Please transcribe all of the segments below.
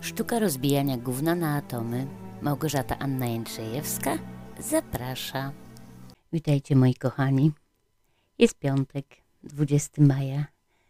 Sztuka rozbijania gówna na atomy. Małgorzata Anna Jędrzejewska zaprasza. Witajcie moi kochani. Jest piątek, 20 maja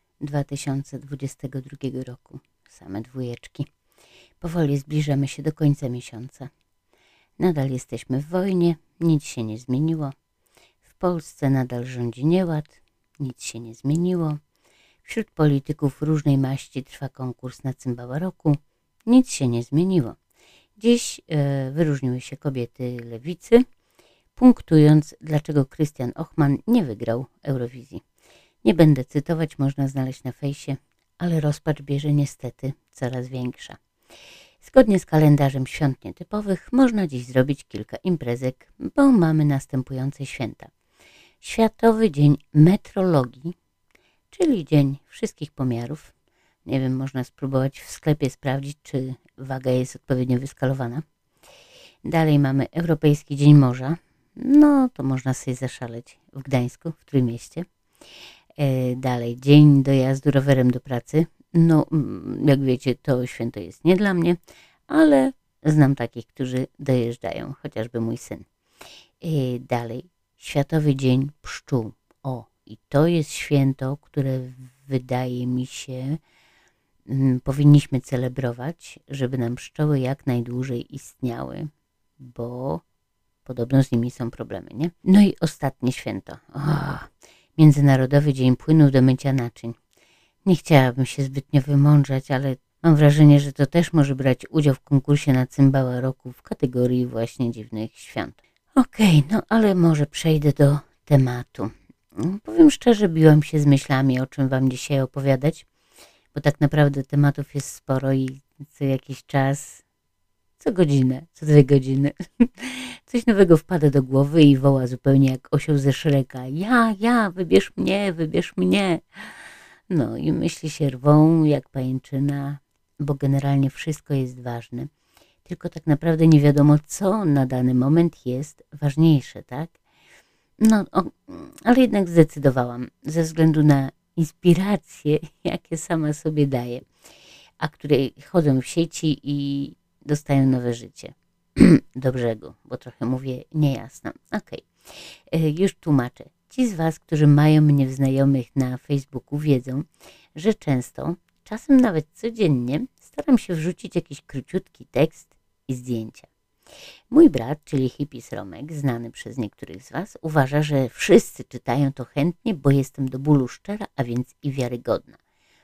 2022 roku. Same dwójeczki. Powoli zbliżamy się do końca miesiąca. Nadal jesteśmy w wojnie, nic się nie zmieniło. W Polsce nadal rządzi nieład, nic się nie zmieniło. Wśród polityków różnej maści trwa konkurs na cymbała roku. Nic się nie zmieniło. Dziś wyróżniły się kobiety lewicy, punktując, dlaczego Krystian Ochman nie wygrał Eurowizji. Nie będę cytować, można znaleźć na fejsie, ale rozpacz bierze niestety coraz większa. Zgodnie z kalendarzem świąt nietypowych można dziś zrobić kilka imprezek, bo mamy następujące święta. Światowy Dzień Metrologii, czyli Dzień Wszystkich Pomiarów. Nie wiem, można spróbować w sklepie sprawdzić, czy waga jest odpowiednio wyskalowana. Dalej mamy Europejski Dzień Morza. No, to można sobie zaszaleć w Gdańsku, w Trójmieście. Dalej Dzień dojazdu rowerem do pracy. No, jak wiecie, to święto jest nie dla mnie, ale znam takich, którzy dojeżdżają, chociażby mój syn. Dalej Światowy Dzień Pszczół. O, i to jest święto, które wydaje mi się powinniśmy celebrować, żeby nam pszczoły jak najdłużej istniały, bo podobno z nimi są problemy, nie? No i ostatnie święto. Międzynarodowy Dzień Płynów do mycia naczyń. Nie chciałabym się zbytnio wymądrzać, ale mam wrażenie, że to też może brać udział w konkursie na cymbała roku w kategorii właśnie dziwnych świąt. Okej, no ale może przejdę do tematu. Powiem szczerze, biłam się z myślami, o czym wam dzisiaj opowiadać, bo tak naprawdę tematów jest sporo i co jakiś czas, co godzinę, co 2 godziny, coś nowego wpada do głowy i woła zupełnie jak osioł ze Shreka. Ja, wybierz mnie, wybierz mnie. No i myśli się rwą jak pajęczyna, bo generalnie wszystko jest ważne. Tylko tak naprawdę nie wiadomo, co na dany moment jest ważniejsze, tak? No, ale jednak zdecydowałam, ze względu na inspiracje, jakie sama sobie daję, a które chodzą w sieci i dostają nowe życie. Do brzegu, bo trochę mówię niejasno. Okej, już tłumaczę. Ci z was, którzy mają mnie w znajomych na Facebooku, wiedzą, że często, czasem nawet codziennie, staram się wrzucić jakiś króciutki tekst i zdjęcia. Mój brat, czyli Hipis Romek, znany przez niektórych z was, uważa, że wszyscy czytają to chętnie, bo jestem do bólu szczera, a więc i wiarygodna.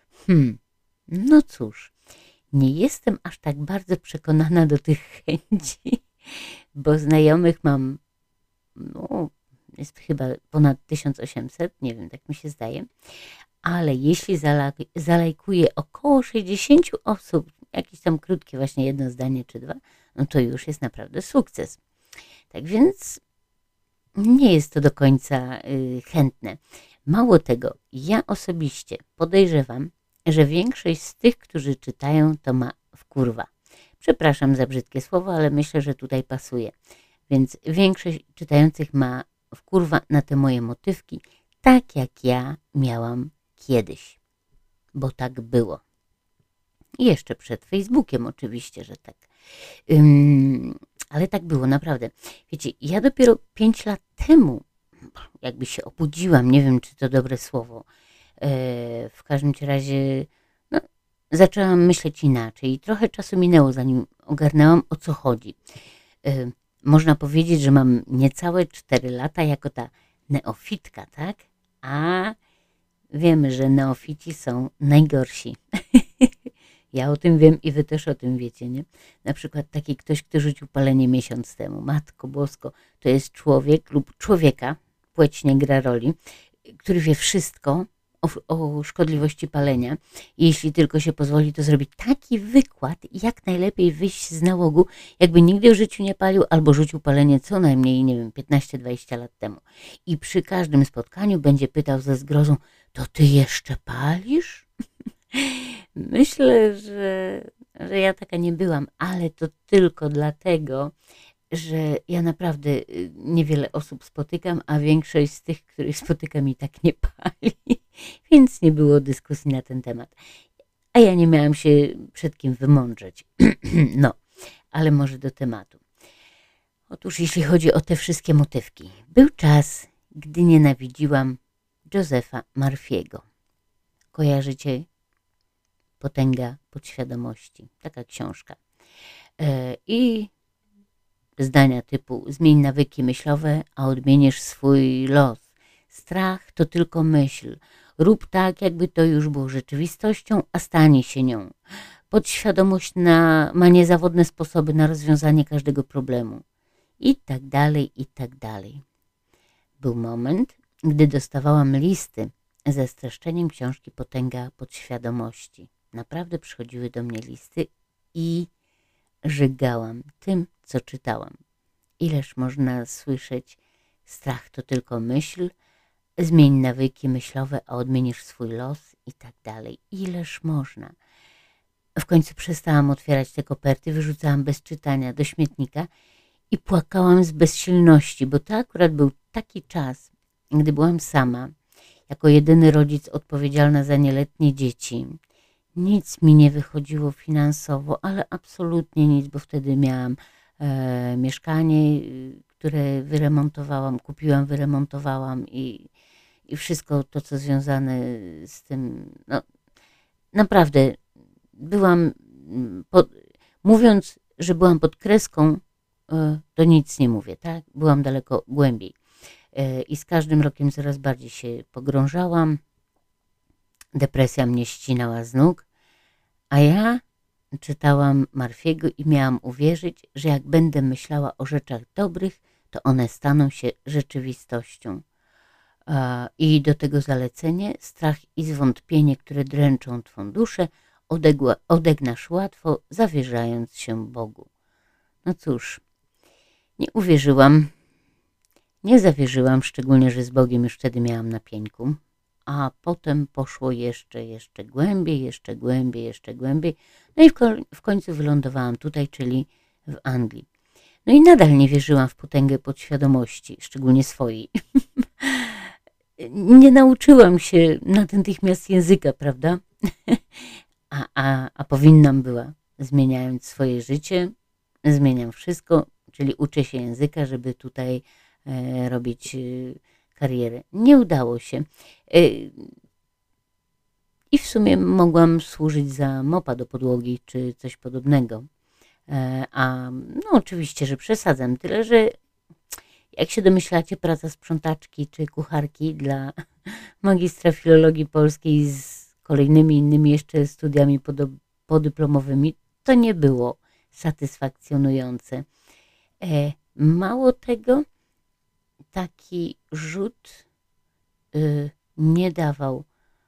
No cóż, nie jestem aż tak bardzo przekonana do tych chęci, bo znajomych mam, no, jest chyba ponad 1800, nie wiem, tak mi się zdaje, ale jeśli zalajkuje około 60 osób, jakieś tam krótkie właśnie jedno zdanie czy 2, no to już jest naprawdę sukces. Tak więc nie jest to do końca chętne. Mało tego, ja osobiście podejrzewam, że większość z tych, którzy czytają, to ma wkurwa. Przepraszam za brzydkie słowo, ale myślę, że tutaj pasuje. Więc większość czytających ma wkurwa na te moje motywki, tak jak ja miałam kiedyś. Bo tak było. I jeszcze przed Facebookiem oczywiście, że tak. Ale tak było, naprawdę. Wiecie, ja dopiero 5 lat temu jakby się obudziłam, nie wiem, czy to dobre słowo. W każdym razie no, zaczęłam myśleć inaczej i trochę czasu minęło, zanim ogarnęłam, o co chodzi. Można powiedzieć, że mam niecałe 4 lata jako ta neofitka, tak? A wiemy, że neofici są najgorsi. Ja o tym wiem i wy też o tym wiecie, nie? Na przykład taki ktoś, kto rzucił palenie miesiąc temu. Matko Bosko, to jest człowiek lub człowieka, płeć nie gra roli, który wie wszystko o szkodliwości palenia. I jeśli tylko się pozwoli, to zrobi taki wykład, jak najlepiej wyjść z nałogu, jakby nigdy w życiu nie palił albo rzucił palenie co najmniej, nie wiem, 15-20 lat temu. I przy każdym spotkaniu będzie pytał ze zgrozą, to ty jeszcze palisz? Myślę, że ja taka nie byłam, ale to tylko dlatego, że ja naprawdę niewiele osób spotykam, a większość z tych, których spotykam, i tak nie pali, więc nie było dyskusji na ten temat. a ja nie miałam się przed kim wymądrzeć. No, ale może do tematu. Otóż jeśli chodzi o te wszystkie motywki, był czas, gdy nienawidziłam Josepha Murphy'ego. Kojarzycie? Potęga podświadomości. Taka książka. I zdania typu zmień nawyki myślowe, a odmienisz swój los. Strach to tylko myśl. Rób tak, jakby to już było rzeczywistością, a stanie się nią. Podświadomość ma niezawodne sposoby na rozwiązanie każdego problemu. I tak dalej, i tak dalej. Był moment, gdy dostawałam listy ze streszczeniem książki Potęga podświadomości. Naprawdę przychodziły do mnie listy i żygałam tym, co czytałam. Ileż można słyszeć, strach to tylko myśl, zmień nawyki myślowe, a odmienisz swój los i tak dalej. Ileż można. W końcu przestałam otwierać te koperty, wyrzucałam bez czytania do śmietnika i płakałam z bezsilności, bo to akurat był taki czas, gdy byłam sama, jako jedyny rodzic odpowiedzialna za nieletnie dzieci. Nic mi nie wychodziło finansowo, ale absolutnie nic, bo wtedy miałam mieszkanie, które wyremontowałam, kupiłam, wyremontowałam i wszystko to, co związane z tym, no naprawdę byłam, mówiąc, że byłam pod kreską, to nic nie mówię, tak? Byłam daleko głębiej i z każdym rokiem coraz bardziej się pogrążałam, depresja mnie ścinała z nóg, a ja czytałam Murphy'ego i miałam uwierzyć, że jak będę myślała o rzeczach dobrych, to one staną się rzeczywistością. I do tego zalecenie, strach i zwątpienie, które dręczą twą duszę, odegnasz łatwo, zawierzając się Bogu. No cóż, nie uwierzyłam, nie zawierzyłam, szczególnie, że z Bogiem już wtedy miałam na pieńku, a potem poszło jeszcze głębiej, jeszcze głębiej, jeszcze głębiej, no i w końcu wylądowałam tutaj, czyli w Anglii. No i nadal nie wierzyłam w potęgę podświadomości, szczególnie swojej. Nie nauczyłam się natychmiast języka, prawda? A powinnam była, zmieniając swoje życie, zmieniam wszystko, czyli uczę się języka, żeby tutaj robić karierę. Nie udało się. I w sumie mogłam służyć za mopa do podłogi, czy coś podobnego. No oczywiście, że przesadzam, tyle że jak się domyślacie, praca sprzątaczki czy kucharki dla magistra filologii polskiej z kolejnymi innymi jeszcze studiami podyplomowymi, to nie było satysfakcjonujące. Mało tego, taki rzut nie dawał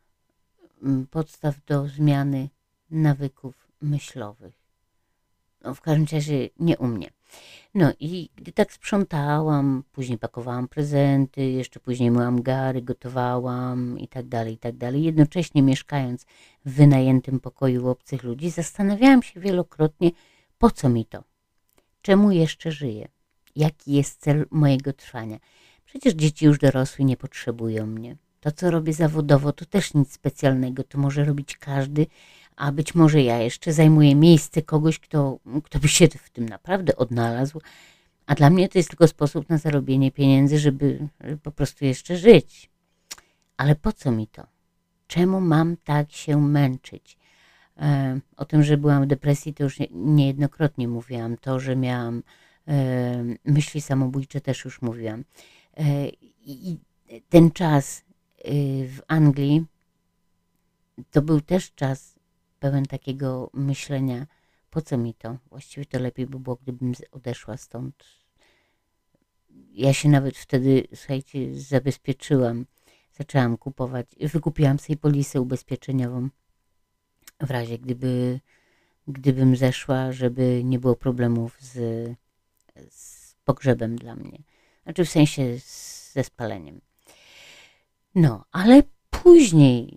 podstaw do zmiany nawyków myślowych. No, w każdym razie nie u mnie. No i gdy tak sprzątałam, później pakowałam prezenty, jeszcze później myłam gary, gotowałam i tak dalej, jednocześnie mieszkając w wynajętym pokoju obcych ludzi, zastanawiałam się wielokrotnie, po co mi to? Czemu jeszcze żyję? Jaki jest cel mojego trwania? Przecież dzieci już dorosły, nie potrzebują mnie. To, co robię zawodowo, to też nic specjalnego, to może robić każdy, a być może ja jeszcze zajmuję miejsce kogoś, kto by się w tym naprawdę odnalazł, a dla mnie to jest tylko sposób na zarobienie pieniędzy, żeby po prostu jeszcze żyć. Ale po co mi to? Czemu mam tak się męczyć? O tym, że byłam w depresji, to już niejednokrotnie mówiłam. To, że miałam myśli samobójcze, też już mówiłam. I ten czas w Anglii to był też czas pełen takiego myślenia, po co mi to? Właściwie to lepiej by było, gdybym odeszła stąd. Ja się nawet wtedy, słuchajcie, zabezpieczyłam. Zaczęłam kupować, wykupiłam sobie polisę ubezpieczeniową w razie, gdybym zeszła, żeby nie było problemów z pogrzebem dla mnie. Znaczy w sensie ze spaleniem. No, ale później,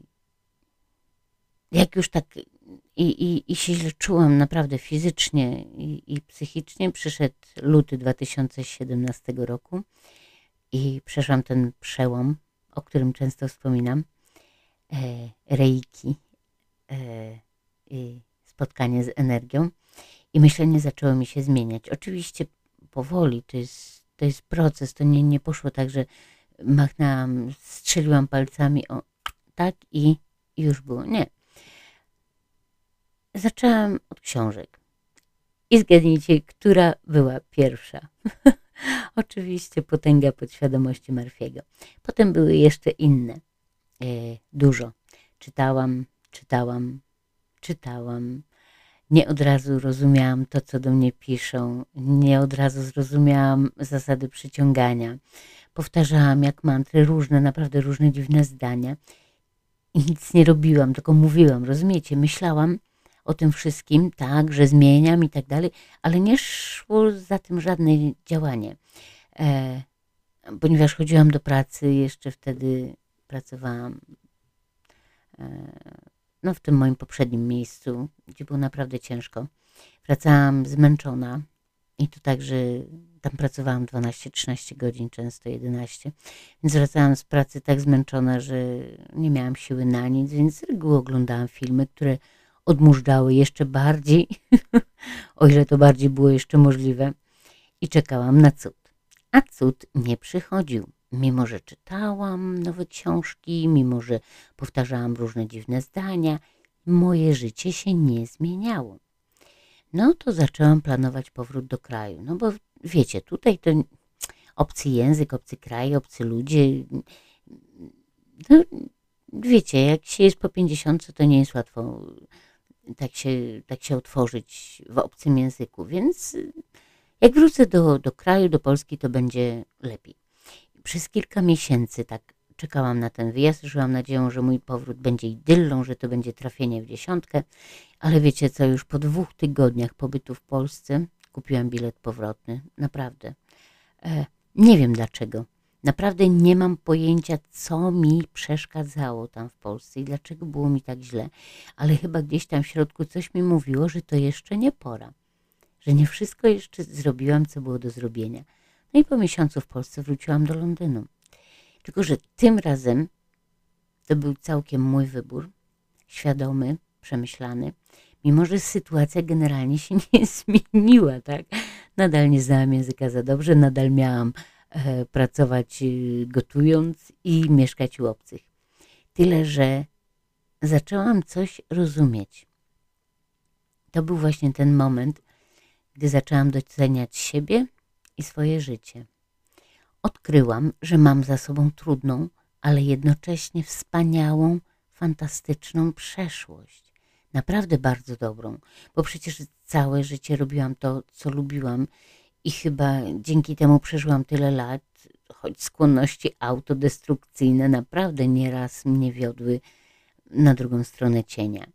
jak już tak i się źle czułam naprawdę fizycznie i psychicznie, przyszedł luty 2017 roku i przeszłam ten przełom, o którym często wspominam, reiki, spotkanie z energią i myślenie zaczęło mi się zmieniać. Oczywiście powoli, to jest proces, to nie poszło tak, że machnęłam, strzeliłam palcami, o tak i już było. Nie. Zaczęłam od książek. I zgadnijcie, która była pierwsza. Oczywiście Potęga podświadomości Murphy'ego. Potem były jeszcze inne. Dużo. Czytałam. Nie od razu rozumiałam to, co do mnie piszą. Nie od razu zrozumiałam zasady przyciągania. Powtarzałam jak mantry naprawdę różne dziwne zdania. I nic nie robiłam, tylko mówiłam, rozumiecie? Myślałam o tym wszystkim, tak, że zmieniam i tak dalej, ale nie szło za tym żadne działanie. Ponieważ chodziłam do pracy, jeszcze wtedy pracowałam w tym moim poprzednim miejscu, gdzie było naprawdę ciężko. Wracałam zmęczona i to tak, że tam pracowałam 12-13 godzin, często 11, więc wracałam z pracy tak zmęczona, że nie miałam siły na nic, więc z reguły oglądałam filmy, które odmurzały jeszcze bardziej, o ile to bardziej było jeszcze możliwe, i czekałam na cud. A cud nie przychodził. Mimo że czytałam nowe książki, mimo że powtarzałam różne dziwne zdania, moje życie się nie zmieniało. No to zaczęłam planować powrót do kraju. No bo wiecie, tutaj to obcy język, obcy kraj, obcy ludzie. No, wiecie, jak się jest po 50, to nie jest łatwo tak się otworzyć w obcym języku. Więc jak wrócę do kraju, do Polski, to będzie lepiej. Przez kilka miesięcy tak czekałam na ten wyjazd, żyłam nadzieją, że mój powrót będzie idyllą, że to będzie trafienie w dziesiątkę, ale wiecie co, już po 2 tygodniach pobytu w Polsce kupiłam bilet powrotny, naprawdę. Nie wiem dlaczego, naprawdę nie mam pojęcia, co mi przeszkadzało tam w Polsce i dlaczego było mi tak źle, ale chyba gdzieś tam w środku coś mi mówiło, że to jeszcze nie pora, że nie wszystko jeszcze zrobiłam, co było do zrobienia. No i po miesiącu w Polsce wróciłam do Londynu. Tylko że tym razem to był całkiem mój wybór, świadomy, przemyślany, mimo że sytuacja generalnie się nie zmieniła, tak? Nadal nie znałam języka za dobrze, nadal miałam pracować gotując i mieszkać u obcych. Tyle, że zaczęłam coś rozumieć. To był właśnie ten moment, gdy zaczęłam doceniać siebie i swoje życie. Odkryłam, że mam za sobą trudną, ale jednocześnie wspaniałą, fantastyczną przeszłość. Naprawdę bardzo dobrą, bo przecież całe życie robiłam to, co lubiłam i chyba dzięki temu przeżyłam tyle lat, choć skłonności autodestrukcyjne naprawdę nieraz mnie wiodły na drugą stronę cienia.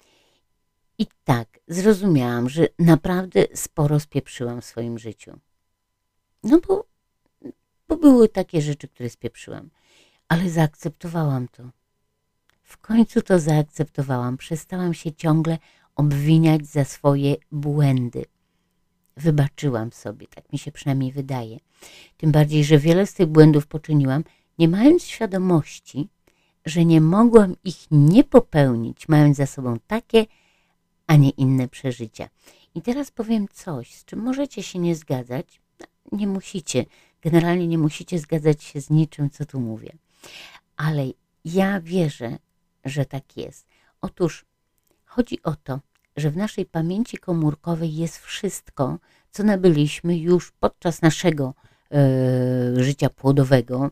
I tak zrozumiałam, że naprawdę sporo spieprzyłam w swoim życiu. No bo były takie rzeczy, które spieprzyłam, ale zaakceptowałam to. W końcu to zaakceptowałam. Przestałam się ciągle obwiniać za swoje błędy. Wybaczyłam sobie, tak mi się przynajmniej wydaje. Tym bardziej, że wiele z tych błędów poczyniłam, nie mając świadomości, że nie mogłam ich nie popełnić, mając za sobą takie, a nie inne przeżycia. I teraz powiem coś, z czym możecie się nie zgadzać. Nie musicie. Generalnie nie musicie zgadzać się z niczym, co tu mówię. Ale ja wierzę, że tak jest. Otóż chodzi o to, że w naszej pamięci komórkowej jest wszystko, co nabyliśmy już podczas naszego życia płodowego,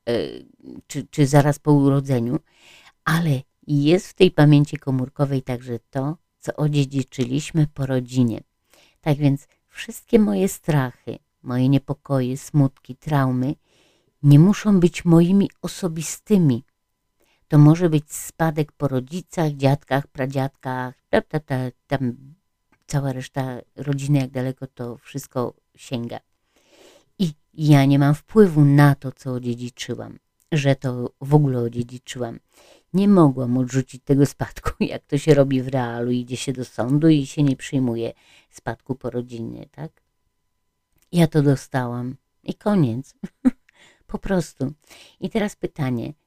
czy zaraz po urodzeniu, ale jest w tej pamięci komórkowej także to, co odziedziczyliśmy po rodzinie. Tak więc wszystkie moje strachy, moje niepokoje, smutki, traumy nie muszą być moimi osobistymi. To może być spadek po rodzicach, dziadkach, pradziadkach, tam cała reszta rodziny, jak daleko to wszystko sięga. I ja nie mam wpływu na to, co odziedziczyłam, że to w ogóle odziedziczyłam. Nie mogłam odrzucić tego spadku, jak to się robi w realu. Idzie się do sądu i się nie przyjmuje spadku po rodzinie, tak? Ja to dostałam i koniec. Po prostu. I teraz pytanie.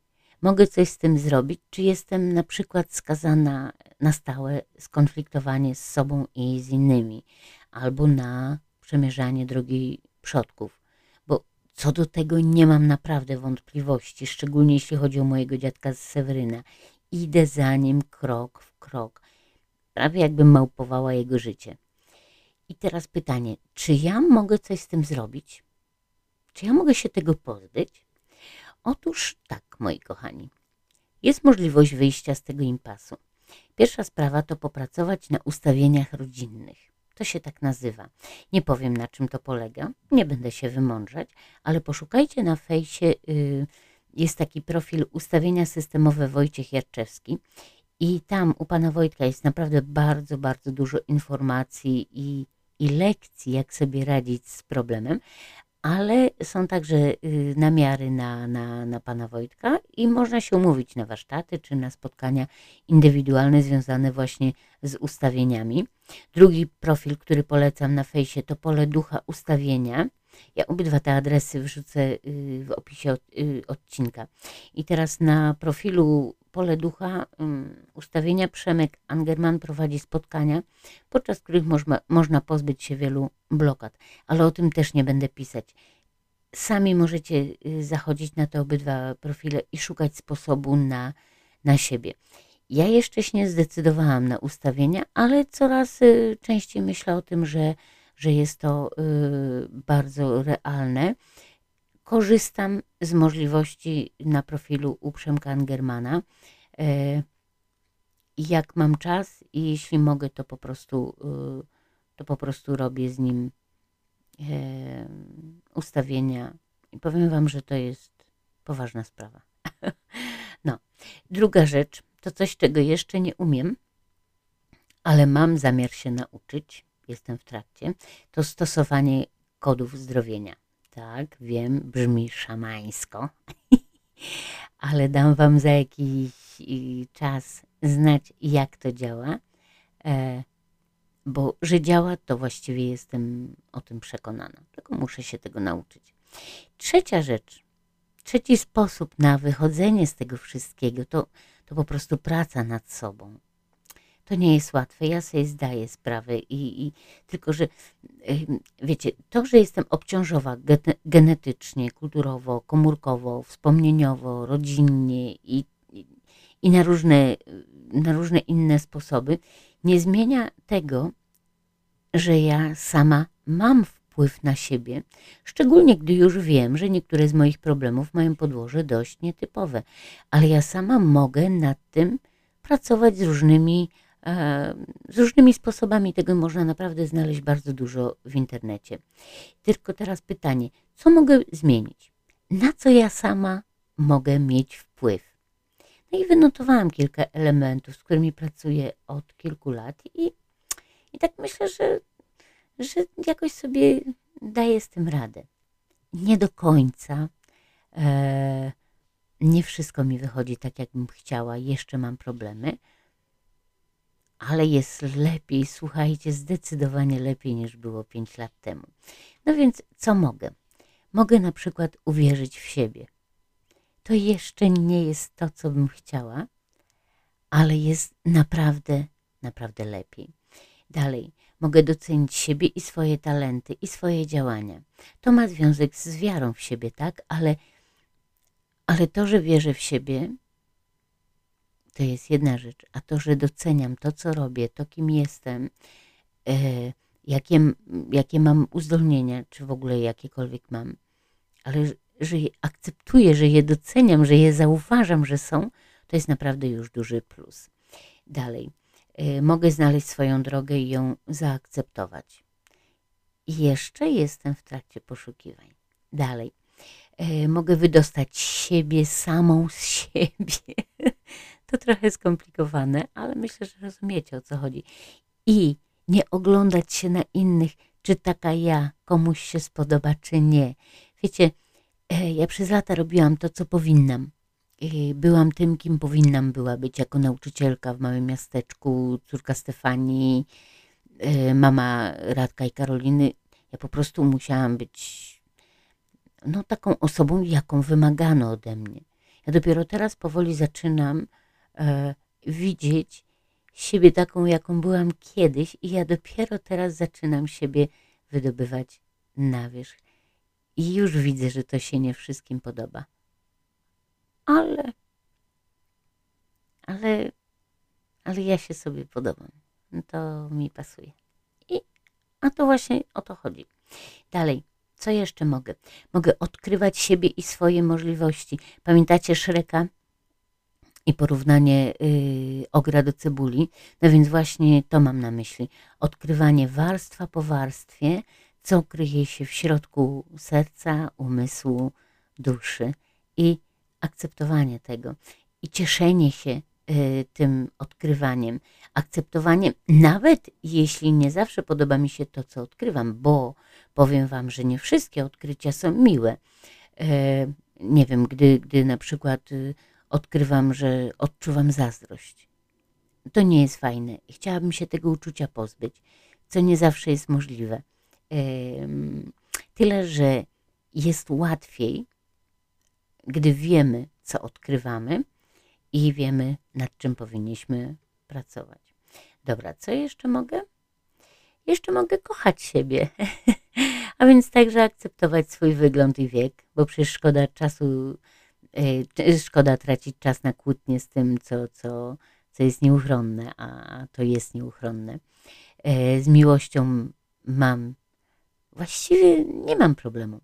mogę coś z tym zrobić, czy jestem na przykład skazana na stałe skonfliktowanie z sobą i z innymi, albo na przemierzanie drogi przodków, bo co do tego nie mam naprawdę wątpliwości, szczególnie jeśli chodzi o mojego dziadka z Seweryna. Idę za nim krok w krok, prawie jakbym małpowała jego życie. I teraz pytanie, czy ja mogę coś z tym zrobić? Czy ja mogę się tego pozbyć? Otóż tak, moi kochani, jest możliwość wyjścia z tego impasu. Pierwsza sprawa to popracować na ustawieniach rodzinnych. To się tak nazywa. Nie powiem, na czym to polega, nie będę się wymądrzać, ale poszukajcie na fejsie, jest taki profil ustawienia systemowe Wojciech Jarczewski i tam u pana Wojtka jest naprawdę bardzo, bardzo dużo informacji i lekcji, jak sobie radzić z problemem, ale są także namiary na pana Wojtka i można się umówić na warsztaty czy na spotkania indywidualne związane właśnie z ustawieniami. Drugi profil, który polecam na fejsie, to Pole Ducha Ustawienia. Ja obydwa te adresy wrzucę w opisie odcinka. I teraz na profilu Pole Ducha Ustawienia Przemek Angerman prowadzi spotkania, podczas których można pozbyć się wielu blokad, ale o tym też nie będę pisać. Sami możecie zachodzić na te obydwa profile i szukać sposobu na siebie. Ja jeszcze się nie zdecydowałam na ustawienia, ale coraz częściej myślę o tym, że jest to bardzo realne. Korzystam z możliwości na profilu u Przemka Angermana. Jak mam czas i jeśli mogę, to po prostu robię z nim ustawienia i powiem wam, że to jest poważna sprawa. No, druga rzecz to coś, czego jeszcze nie umiem, ale mam zamiar się nauczyć, jestem w trakcie, to stosowanie kodów zdrowienia. Tak, wiem, brzmi szamańsko, ale dam wam za jakiś czas znać, jak to działa, bo że działa, to właściwie jestem o tym przekonana, tylko muszę się tego nauczyć. Trzecia rzecz, trzeci sposób na wychodzenie z tego wszystkiego, to po prostu praca nad sobą. To nie jest łatwe, ja sobie zdaję sprawę tylko, że wiecie, to, że jestem obciążowa genetycznie, kulturowo, komórkowo, wspomnieniowo, rodzinnie i na różne inne sposoby, nie zmienia tego, że ja sama mam wpływ na siebie, szczególnie gdy już wiem, że niektóre z moich problemów mają podłoże dość nietypowe, ale ja sama mogę nad tym pracować z różnymi sposobami. Tego można naprawdę znaleźć bardzo dużo w internecie. Tylko teraz pytanie, co mogę zmienić? Na co ja sama mogę mieć wpływ? No i wynotowałam kilka elementów, z którymi pracuję od kilku lat i tak myślę, że jakoś sobie daję z tym radę. Nie do końca, nie wszystko mi wychodzi tak, jak bym chciała, jeszcze mam problemy, ale jest lepiej, słuchajcie, zdecydowanie lepiej niż było 5 lat temu. No więc co mogę? Mogę na przykład uwierzyć w siebie. To jeszcze nie jest to, co bym chciała, ale jest naprawdę, naprawdę lepiej. Dalej, mogę docenić siebie i swoje talenty, i swoje działania. To ma związek z wiarą w siebie, tak? Ale to, że wierzę w siebie, to jest jedna rzecz, a to, że doceniam to, co robię, to, kim jestem, jakie mam uzdolnienia, czy w ogóle jakiekolwiek mam, ale że je akceptuję, że je doceniam, że je zauważam, że są, to jest naprawdę już duży plus. Dalej, mogę znaleźć swoją drogę i ją zaakceptować. I jeszcze jestem w trakcie poszukiwań. Dalej, mogę wydostać siebie samą z siebie. To trochę skomplikowane, ale myślę, że rozumiecie, o co chodzi. I nie oglądać się na innych, czy taka ja komuś się spodoba, czy nie. Wiecie, ja przez lata robiłam to, co powinnam. Byłam tym, kim powinnam była być jako nauczycielka w małym miasteczku, córka Stefanii, mama Radka i Karoliny. Ja po prostu musiałam być taką osobą, jaką wymagano ode mnie. Ja dopiero teraz powoli zaczynam widzieć siebie taką, jaką byłam kiedyś i ja dopiero teraz zaczynam siebie wydobywać na wierzch. I już widzę, że to się nie wszystkim podoba. Ale ja się sobie podobam. To mi pasuje. A to właśnie o to chodzi. Dalej, co jeszcze mogę? Mogę odkrywać siebie i swoje możliwości. Pamiętacie Shreka i porównanie ogra do cebuli? No więc właśnie to mam na myśli. Odkrywanie warstwa po warstwie, co kryje się w środku serca, umysłu, duszy i akceptowanie tego i cieszenie się tym odkrywaniem, akceptowaniem, nawet jeśli nie zawsze podoba mi się to, co odkrywam, bo powiem wam, że nie wszystkie odkrycia są miłe. Nie wiem, gdy na przykład odkrywam, że odczuwam zazdrość. To nie jest fajne. Chciałabym się tego uczucia pozbyć, co nie zawsze jest możliwe. Tyle, że jest łatwiej, gdy wiemy, co odkrywamy i wiemy, nad czym powinniśmy pracować. Dobra, co jeszcze mogę? Jeszcze mogę kochać siebie, a więc także akceptować swój wygląd i wiek, bo przecież szkoda czasu, szkoda tracić czas na kłótnie z tym, co jest nieuchronne, a to jest nieuchronne. Z miłością właściwie nie mam problemu.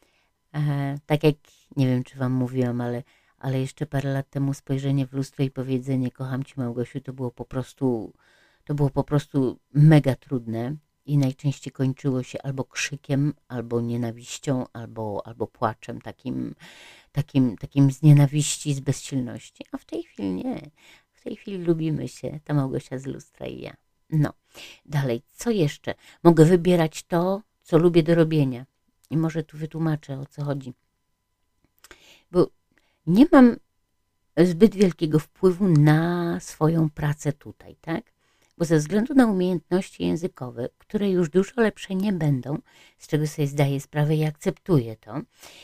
Tak jak, nie wiem, czy wam mówiłam, ale jeszcze parę lat temu spojrzenie w lustro i powiedzenie kocham cię, Małgosiu, to było po prostu mega trudne i najczęściej kończyło się albo krzykiem, albo nienawiścią, albo płaczem takim z nienawiści, z bezsilności. A w tej chwili nie. W tej chwili lubimy się, ta Małgosia z lustra i ja. No, dalej, co jeszcze? Mogę wybierać to, co lubię do robienia. I może tu wytłumaczę, o co chodzi. Bo nie mam zbyt wielkiego wpływu na swoją pracę tutaj, tak? Bo ze względu na umiejętności językowe, które już dużo lepsze nie będą, z czego sobie zdaję sprawę i akceptuję to,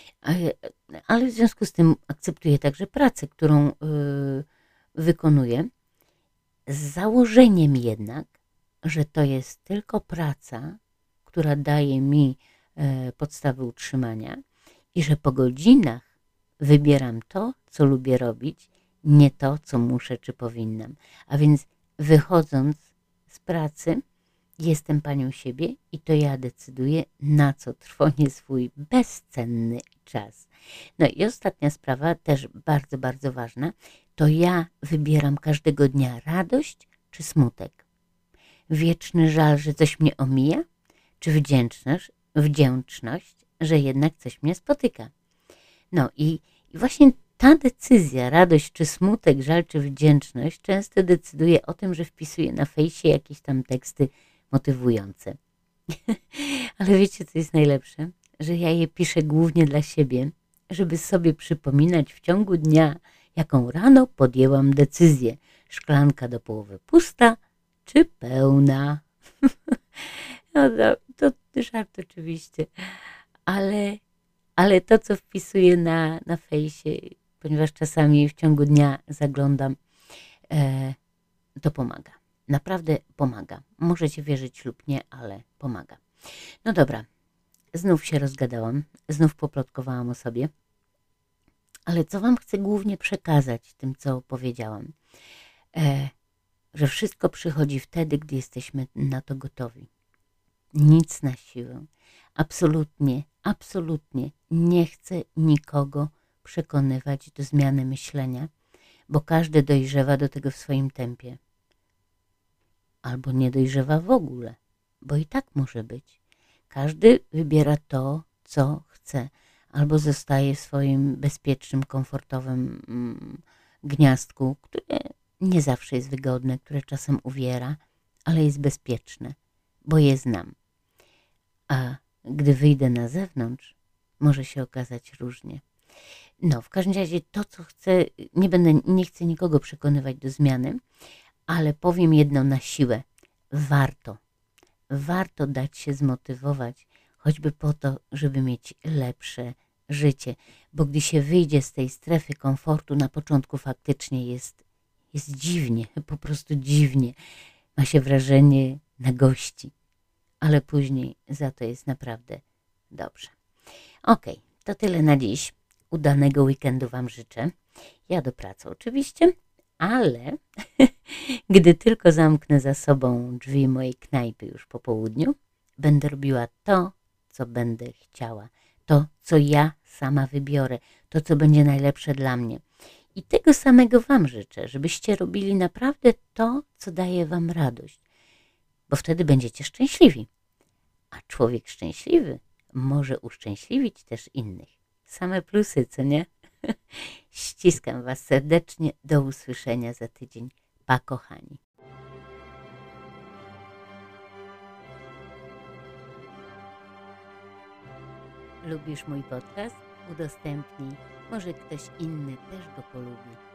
ale w związku z tym akceptuję także pracę, którą wykonuję, z założeniem jednak, że to jest tylko praca, która daje mi podstawy utrzymania i że po godzinach wybieram to, co lubię robić, nie to, co muszę czy powinnam. A więc wychodząc z pracy, jestem panią siebie i to ja decyduję, na co trwonie swój bezcenny czas. No i ostatnia sprawa, też bardzo, bardzo ważna, to ja wybieram każdego dnia radość czy smutek. Wieczny żal, że coś mnie omija, czy wdzięczność, że jednak coś mnie spotyka. No i właśnie ta decyzja, radość czy smutek, żal czy wdzięczność, często decyduje o tym, że wpisuję na fejsie jakieś tam teksty motywujące. Ale wiecie, co jest najlepsze? Że ja je piszę głównie dla siebie, żeby sobie przypominać w ciągu dnia, jaką rano podjęłam decyzję. Szklanka do połowy pusta czy pełna. No to żart oczywiście, ale to, co wpisuję na fejsie, ponieważ czasami w ciągu dnia zaglądam, to pomaga. Naprawdę pomaga. Możecie wierzyć lub nie, ale pomaga. No dobra, znów się rozgadałam, znów poplotkowałam o sobie, ale co wam chcę głównie przekazać tym, co powiedziałam, że wszystko przychodzi wtedy, gdy jesteśmy na to gotowi. Nic na siłę. Absolutnie, absolutnie nie chcę nikogo przekonywać do zmiany myślenia, bo każdy dojrzewa do tego w swoim tempie. Albo nie dojrzewa w ogóle, bo i tak może być. Każdy wybiera to, co chce, albo zostaje w swoim bezpiecznym, komfortowym gniazdku, które nie zawsze jest wygodne, które czasem uwiera, ale jest bezpieczne, bo je znam. A gdy wyjdę na zewnątrz, może się okazać różnie. No, w każdym razie to, co chcę, nie chcę nikogo przekonywać do zmiany, ale powiem jedno na siłę. Warto dać się zmotywować, choćby po to, żeby mieć lepsze życie, bo gdy się wyjdzie z tej strefy komfortu, na początku faktycznie jest dziwnie, po prostu dziwnie. Ma się wrażenie nagości, ale później za to jest naprawdę dobrze. Okej, to tyle na dziś. Udanego weekendu Wam życzę. Ja do pracy oczywiście, ale gdy tylko zamknę za sobą drzwi mojej knajpy już po południu, będę robiła to, co będę chciała. To, co ja sama wybiorę. To, co będzie najlepsze dla mnie. I tego samego Wam życzę, żebyście robili naprawdę to, co daje Wam radość. Bo wtedy będziecie szczęśliwi. A człowiek szczęśliwy może uszczęśliwić też innych. Same plusy, co nie? Ściskam Was serdecznie. Do usłyszenia za tydzień. Pa, kochani. Lubisz mój podcast? Udostępnij. Może ktoś inny też go polubi.